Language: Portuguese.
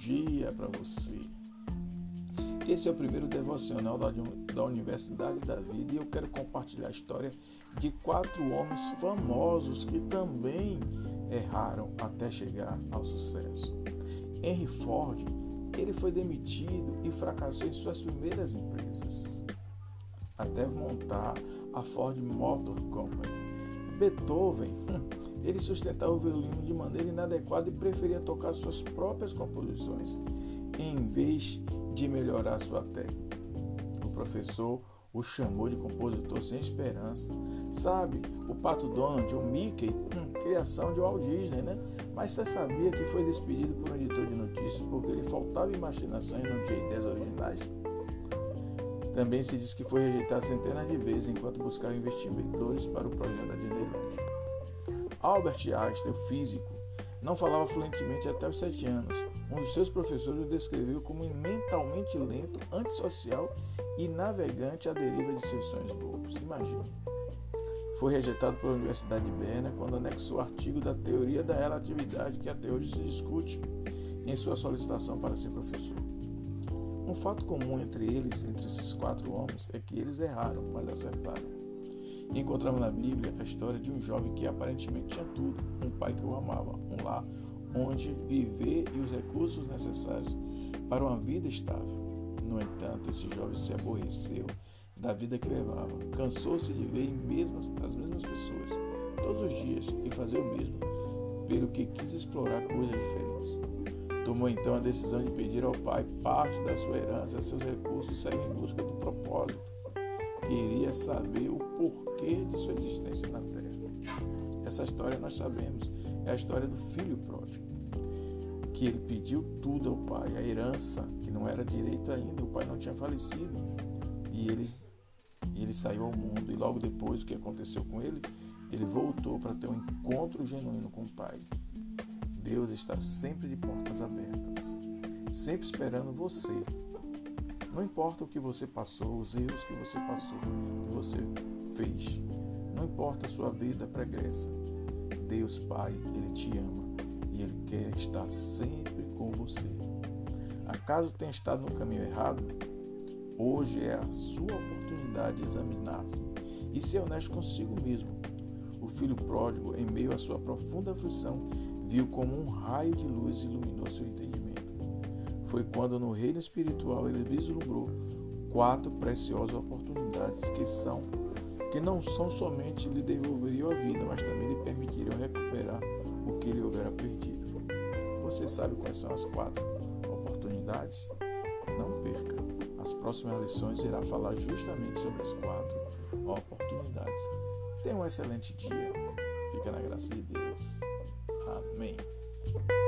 dia para você. Esse é o primeiro devocional da Universidade da Vida e eu quero compartilhar a história de 4 homens famosos que também erraram até chegar ao sucesso. Henry Ford, ele foi demitido e fracassou em suas primeiras empresas, até montar a Ford Motor Company. Beethoven, ele sustentava o violino de maneira inadequada e preferia tocar suas próprias composições, em vez de melhorar sua técnica. O professor o chamou de compositor sem esperança. Sabe, o Pato Donald, o Mickey, criação de Walt Disney, né? Mas você sabia que foi despedido por um editor de notícias porque ele faltava imaginação e não tinha ideias originais? Também se diz que foi rejeitado centenas de vezes enquanto buscava investidores para o projeto da Disneyland. Albert Einstein, o físico, não falava fluentemente até os 7 anos. Um dos seus professores o descreveu como mentalmente lento, antissocial e navegante à deriva de seus sonhos bobos. Imagina. Foi rejeitado pela Universidade de Berna quando anexou o artigo da teoria da relatividade que até hoje se discute em sua solicitação para ser professor. Um fato comum entre esses 4 homens, é que eles erraram, mas acertaram. Encontramos na Bíblia a história de um jovem que aparentemente tinha tudo, um pai que o amava, um lar onde viver e os recursos necessários para uma vida estável. No entanto, esse jovem se aborreceu da vida que levava, cansou-se de ver as mesmas pessoas todos os dias e fazer o mesmo, pelo que quis explorar coisas diferentes. Tomou então a decisão de pedir ao pai parte da sua herança, seus recursos e saiu em busca do propósito. Queria saber o porquê de sua existência na Terra. Essa história nós sabemos, é a história do filho pródigo, que ele pediu tudo ao pai, a herança, que não era direito ainda, o pai não tinha falecido, e ele saiu ao mundo, e logo depois o que aconteceu com ele, ele voltou para ter um encontro genuíno com o pai. Deus está sempre de portas abertas, sempre esperando você. Não importa o que você passou, os erros que você passou, que você fez. Não importa a sua vida pregressa. Deus Pai, Ele te ama e Ele quer estar sempre com você. Acaso tenha estado no caminho errado? Hoje é a sua oportunidade de examinar-se e ser honesto consigo mesmo. O filho pródigo, em meio à sua profunda aflição, viu como um raio de luz iluminou seu entendimento. Foi quando no reino espiritual ele vislumbrou 4 preciosas oportunidades que não são somente lhe devolveriam a vida, mas também lhe permitiriam recuperar o que ele houvera perdido. Você sabe quais são as 4 oportunidades? Não perca. As próximas lições irá falar justamente sobre as 4 oportunidades. Tenha um excelente dia. Fica na graça de Deus. Amém.